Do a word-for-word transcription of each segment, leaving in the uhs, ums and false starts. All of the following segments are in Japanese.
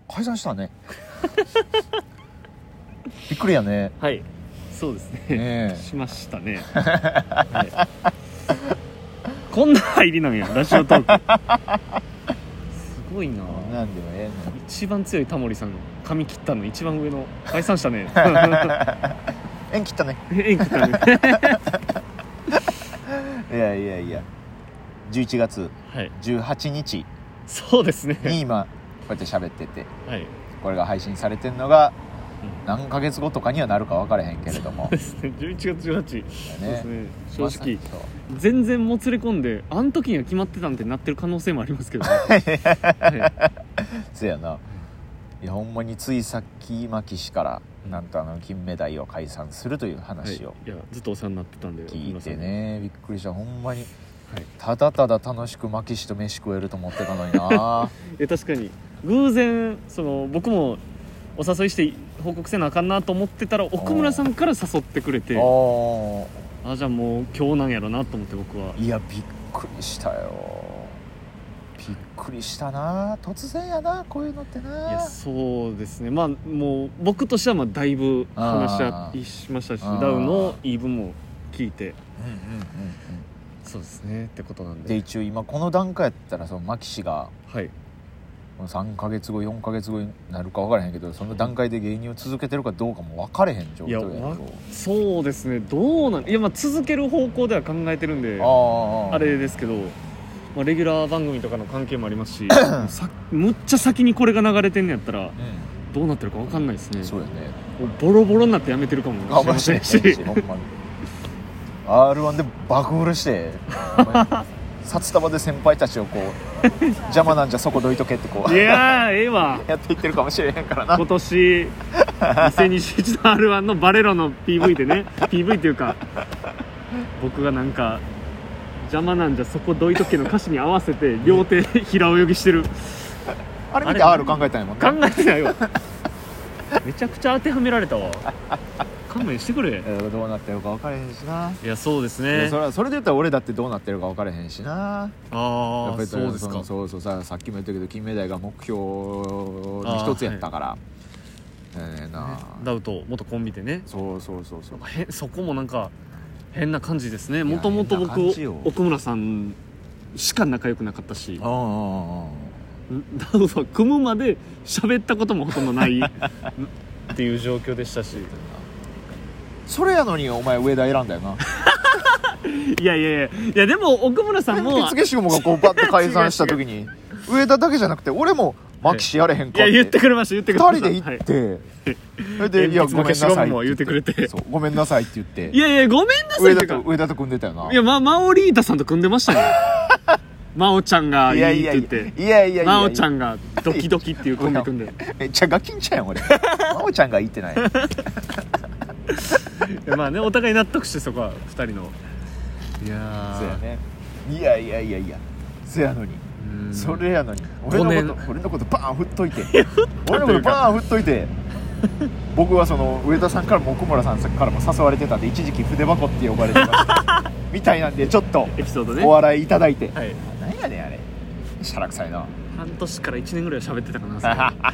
解散したねびっくりやね。 はいそうですねねしましたね、はい、こんな入りなんやラジオトークすごいな。 なんでもええの。 一番強いタモリさんの髪切ったの一番上の解散したね縁切ったね縁切ったねいやいやいやじゅういちがつじゅうはちにちそうですねに今こうやって喋ってて、 はい、 これが配信されてるのが何ヶ月後とかにはなるか分からへんけれども、 そうですねじゅういちがつじゅうはち、 ね、 そうですね正直、まあ、全然もつれ込んであの時には決まってたんってなってる可能性もありますけどね、はい、 そやな。いやほんまについさっき牧師からなんとあの金目鯛を解散するという話を、 はい、いやずっとお世話になってたんで聞いてねびっくりした。ほんまに、 はい、 ただただ楽しく牧師と飯食えると思ってたのになえ確かに偶然その僕もお誘いして報告せなあかんなと思ってたら奥村さんから誘ってくれて、あじゃあもう今日なんやろなと思って僕は。 いやびっくりしたよ。びっくりしたな。突然やなこういうのってな。 いやそうですねまあもう僕としてはまあだいぶ話し合いしましたしダウの言い分も聞いて、うんうんうんうん、そうですねってことなんで。 で一応今この段階やったらその牧師が、 はいさんかげつごよんかげつごになるか分からへんけどその段階で芸人を続けてるかどうかも分かれへん状態やけど。 そうですねどうなんいやまあ続ける方向では考えてるんで あ, あれですけど、まあ、レギュラー番組とかの関係もありますしさむっちゃ先にこれが流れてんのやったら、うん、どうなってるか分かんないですね。 そうやねボロボロになってやめてるかもしれませんしほんまにアールワン で爆売れして札束で先輩たちをこう邪魔なんじゃそこどいとけってこういやーええわやっていってるかもしれへんからな。 今年にせんにじゅういちの アールワン のバレロの ピーブイ でねピーブイ っていうか僕がなんか邪魔なんじゃそこどいとけの歌詞に合わせて両手平泳ぎしてるあれ見て R 考えたんやもんね。 考えてないわめちゃくちゃ当てはめられたわ勘弁してくれ。 どうなってるか分からへんしな。 いやそうですね。 それ、それで言ったら俺だってどうなってるか分からへんしな。 ああやっぱりそうですか。 そうそうさ、さっきも言ったけど金目鯛が目標の一つやったから、えー、な、ね、 ダウと元コンビでね。 そうそうそうそう。 へそこもなんか変な感じですね。もともと僕奥村さんしか仲良くなかったし、ああダウと組むまで喋ったこともほとんどないっていう状況でしたし。 それやのにお前上田選んだよな。 いやいやいやいやでも奥村さんも手付しもがこうバッて解散した時に上田だけじゃなくて俺も牧師やれへんかって、はい、 いや言ってくれました言ってくれましたふたりで行って、はい、 それでいやごめんなさいって言ってくれてそうごめんなさいって言っていやいやごめんなさい上田と上田と組んでたよな。 いやまマオリータさんと組んでましたね真央ちゃんがいいって言っていやいやいや真央ちゃんがドキドキっていうコンビ組んでめっちゃガキンちゃんやん俺真央ちゃんがいいってないまあねお互い納得してそこはふたりのいやそうやねいやいやいやいやそやのにそれやのに俺のこと俺のことバーン振っといて俺のことバーン振っといて僕はその上田さんからも奥村さんからも誘われてたんで一時期筆箱って呼ばれてたみたいなんでちょっとエピソードねお笑いいただいて、 はい、 何やねんあれしゃらくさいな。 半年からいちねんぐらい喋ってたかな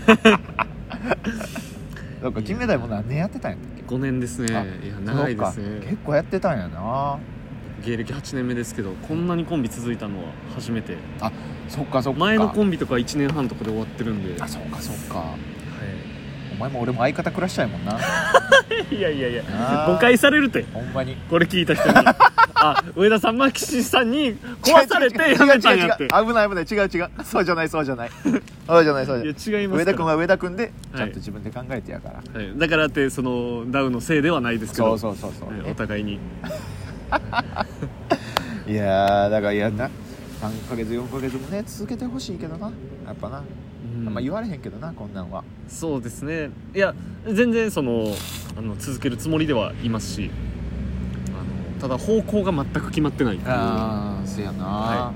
なんか金目鯛も何年やってたんやったっけ。 ごねんですね。いや長いですね。 結構やってたんやな。 芸歴はちねんめですけどこんなにコンビ続いたのは初めて。 あそっかそっか。 前のコンビとかいちねんはんとかで終わってるんで。 あそっかそっか、はい、 お前も俺も相方暮らしたいもんな。 いやいやいや誤解されるってほんまにこれ聞いた人にあ上田さん牧師さんに壊されてやめたんやって。 危ない危ない違う違うそうじゃないそうじゃないそうじゃないそうじゃない。 いや違いますから上田君は上田君でちゃんと自分で考えてやから、 はいはい、だからってそのダウのせいではないですけどそうそうそうそう、 はい、お互いにいやーだからいやなさんかげつよんかげつもね続けてほしいけどなやっぱな、うん、あんま言われへんけどなこんなんは。そうですねいや全然そのあの続けるつもりではいますしあのただ方向が全く決まってないっていう。 ああせやな、はい、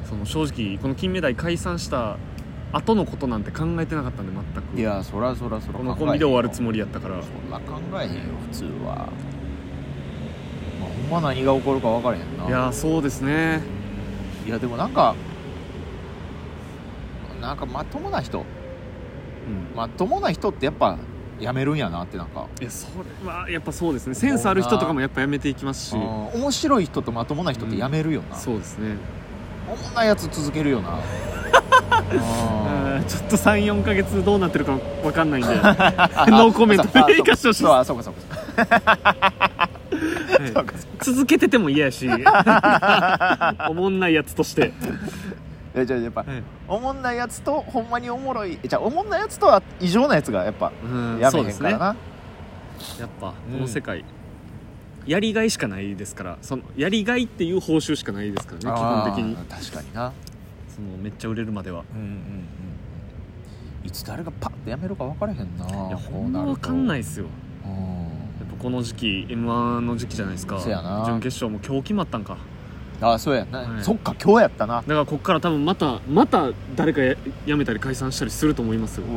その正直この金目鯛解散した後のことなんて考えてなかったんで全く。 いやそらそらそらこのコンビで終わるつもりやったからそんな考えへんよ普通は、まあ、ほんま何が起こるか分からへんな。 いやそうですね。 いやでもなんかなんかまともな人うん、 まともな人ってやっぱやめるんやなってなんかいやそれはやっぱそうですね。センスある人とかもやっぱやめていきますし、 面白い人とまともな人ってやめるよな、 うん、そうですね。 おもんないやつ続けるよなあちょっと さん,よん ヶ月どうなってるか分かんないんでノーコメントで生かしてほしいです。 あそうかそうかそうか続けてても嫌やしおもんないやつとしていやじゃあやっぱ、 はい、 おもんないやつとほんまにおもろいじゃあおもんないやつとは異常なやつがやっぱやめへんからな、ね、 やっぱこの世界、うん、やりがいしかないですから、そのやりがいっていう報酬しかないですからね基本的に。 確かにな、 そのめっちゃ売れるまでは、 うんうんうん、いつ誰がパッてやめるか分からへんな。 いやほんま分かんないっすよ。やっぱこの時期 エムワン の時期じゃないですか。 そうやな、 準決勝も今日決まったんか。 ああそうやな、 はい、 そっか今日やったな。 だからこっから多分またまた誰か や, やめたり解散したりすると思いますよ。 う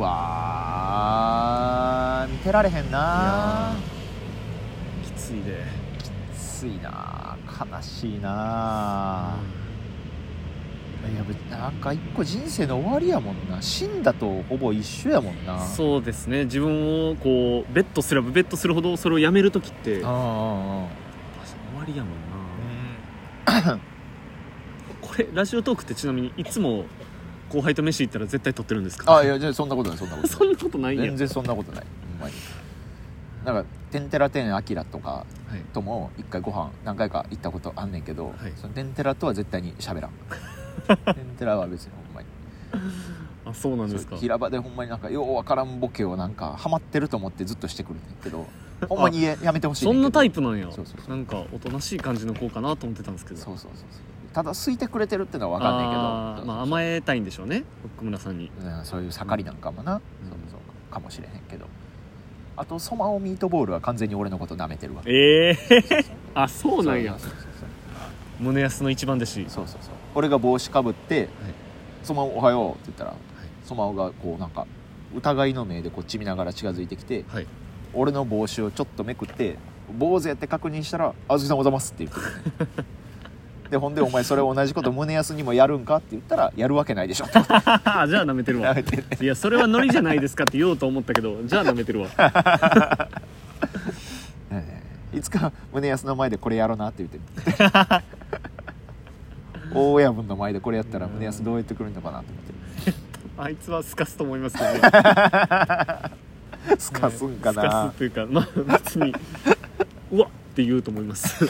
わー見てられへんな。 きついできついな、悲しいな、うん、いやなんか一個人生の終わりやもんな。死んだとほぼ一緒やもんな。 そうですね。自分をこうベットすればベットするほどそれをやめるときってああ終わりやもんな、うん、これラジオトークってちなみにいつも後輩と飯行ったら絶対撮ってるんですか？ あいやじゃあそんなことないそんなことないそんなことないやん。 全然そんなことないほんまに。なんかてんてらてんあきらとかとも一回ご飯何回か行ったことあんねんけど、はい、そのてんてらとは絶対に喋らんてんてらは別にほんまにあそうなんですか。 平場でほんまになんかようわからんボケをなんかハマってると思ってずっとしてくるんだけどほんまにやめてほしいねんけど。 そんなタイプなんや。そうそうそう、なんかおとなしい感じの子かなと思ってたんですけど。そうそうそうそう、 ただ好いてくれてるってのは分かんないけど、 あ、まあ、甘えたいんでしょうね奥村さんに、 うん、そういう盛りなんかもな、うん、そうそうかもしれへんけど。あとソマオミートボールは完全に俺のこと舐めてるわ。 ええー、あそうなんや。そうそうそうそう宗安の一番弟子。そうそうそう、 俺が帽子かぶって、はい、ソマオおはようって言ったら、はい、ソマオがこうなんか疑いの目でこっち見ながら近づいてきて、はい、俺の帽子をちょっとめくって坊主やって確認したらあずきさんおはようございますって言ってくるねでほんでお前それ同じこと宗安にもやるんかって言ったらやるわけないでしょってじゃあ舐めてるわめて、ね、いやそれはノリじゃないですかって言おうと思ったけどじゃあ舐めてるわいつか宗安の前でこれやろうなって言ってる大親分の前でこれやったら宗安どうやってくるのかなと思ってるあいつはスカすと思いますけどねスカすんかな、 スカすっていうかまあ別にうわって言うと思います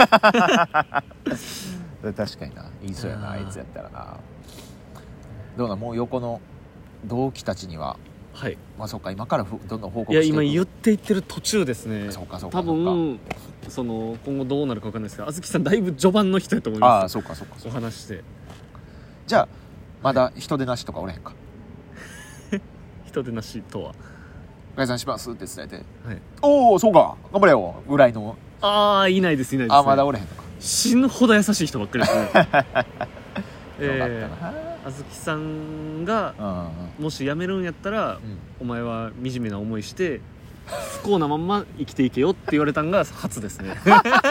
確かにな言いそうやなあいつやったらな。どうなもう横の同期たちには、はい、まあそっか今からどんどん報告していく。 いや今言っていってる途中ですね。 そうかそうか多分その今後どうなるか分かんないですけどあずきさんだいぶ序盤の人やと思います。 ああそうかそうかそうか。 お話してじゃあまだ人手なしとかおれへんか人手なしとは解散しますって伝えて、はい、 おおそうか頑張れよぐらいの。 ああいないですいないです、ね、 あまだおれへんのか。 死ぬほど優しい人ばっかりですねえー、あずきさんがもし辞めるんやったら、うん、お前は惨めな思いして不幸なまんま生きていけよって言われたんが初ですね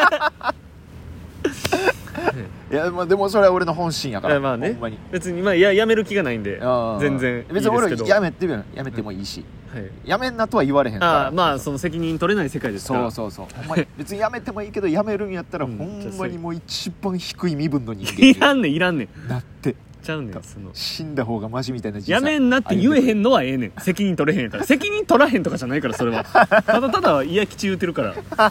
いや、まあ、でもそれは俺の本心やから、 まあね、 ほんまに別に、まあ、いや辞める気がないんで全然いいですけど、別に俺辞めて、辞めてもいいし、はい、辞めんなとは言われへんから。 あまあその責任取れない世界ですから。 そうそうそうほんまに別に辞めてもいいけど辞めるんやったら、うん、ほんまにもう一番低い身分の人間いらんねんいらんねんだってちゃうねんその死んだ方がマジみたいな人生辞めんなって言えへんのはええねん。責任取れへんやから責任取らへんとかじゃないからそれはただただ嫌吉言うてるから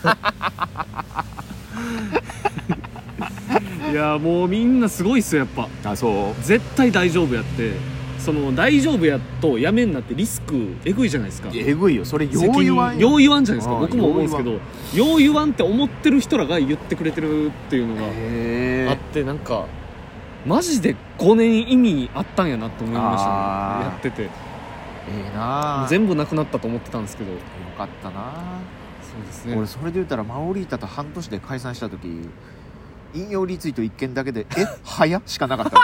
いやもうみんなすごいっすよやっぱ。 あそう絶対大丈夫やってその大丈夫やとやめんなってリスクえぐいじゃないですか。 えぐいよそれ。よう言わんよう言わんじゃないですか。僕も思うんですけどよう言わんって思ってる人らが言ってくれてるっていうのがあってなんかマジでごねん意味あったんやなと思いましたねやってて。ええな全部なくなったと思ってたんですけどよかったな。 そうですね。 俺それで言ったらマオリータと半年で解散した時引用リツイートいっけんだけでえ早っしかなかった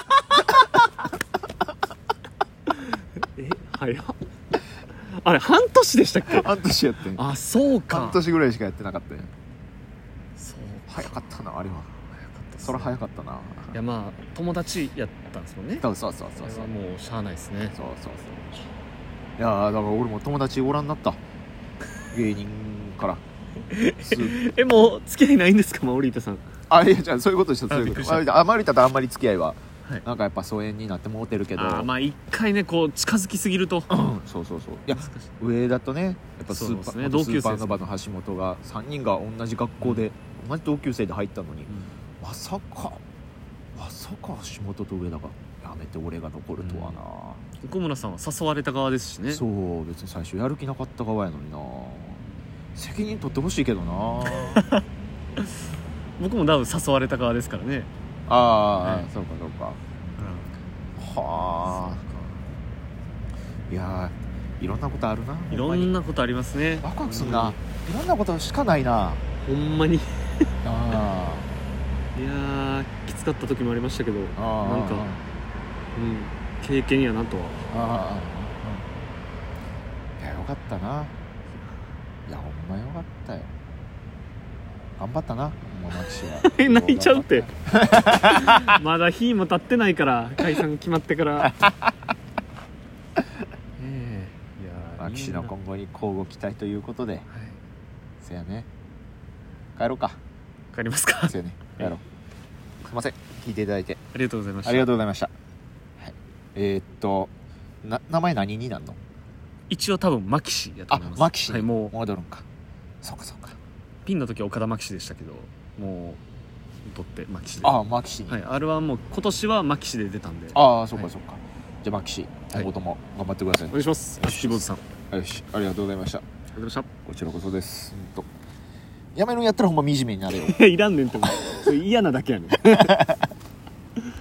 え早っあれ半年でしたっけ。 半年やってん。 あそうか半年ぐらいしかやってなかったんや。そう早かったなあれは。早かった、ね、それ早かったな。 いやまあ友達やったんですもんね。 そうそうそうそうそれはもうしゃあないですね。 そうそうそうやーだから俺も友達おらんなった芸人からえもう付き合いないんですかマオリータさん。 あいやじゃあそういうことでしたそういうことあマリタとあんまり付き合いは、 はい、 なんかやっぱ疎遠になってもうてるけどあまあ一回ねこう近づきすぎると、 うん、そうそうそういや上田とねやっぱスーパー、 ね、同級生スーパーノヴァの橋本がさんにんが同じ学校で、うん、同じ同級生で入ったのに、うん、まさかまさか橋本と上田がやめて俺が残るとはな、 うん、奥村さんは誘われた側ですしね。 そう別に最初やる気なかった側やのにな責任取ってほしいけどな僕も多分誘われた側ですからね。 ああ、 はい、 そうかそうか、うん、はあいやいろんなことあるないろんなことありますね。 ワクワクすんな、うん、いろんなことしかないなほんまにあいやきつかった時もありましたけどあなんか、うん、経験やなとはああいやよかったないやほんまよかったよ頑張ったなもうマキシは泣いちゃうってまだ日も経ってないから解散決まってからええいやマキシの今後に交互期待ということで、はい、せやね帰ろうか帰りますかせやね帰ろう、はい、すいません聞いていただいてありがとうございましたありがとうございました、はい、えー、っとな名前何になんの一応多分マキシやと思います。 あマキシに、 はい、もう戻るんかそうかそうかピンの時は岡田マキシでしたけどもう取ってマキシでああマキシに、 はい、アールワン も今年はマキシで出たんでああそうかそうか、はい、じゃあマキシ今後とも頑張ってください、 お願いします。キーボードさんよしありがとうございました。ありがとうございました。 こちらこそです。やめるんやったらほんま惨めになれよいらんねんってもうそれ嫌なだけやねん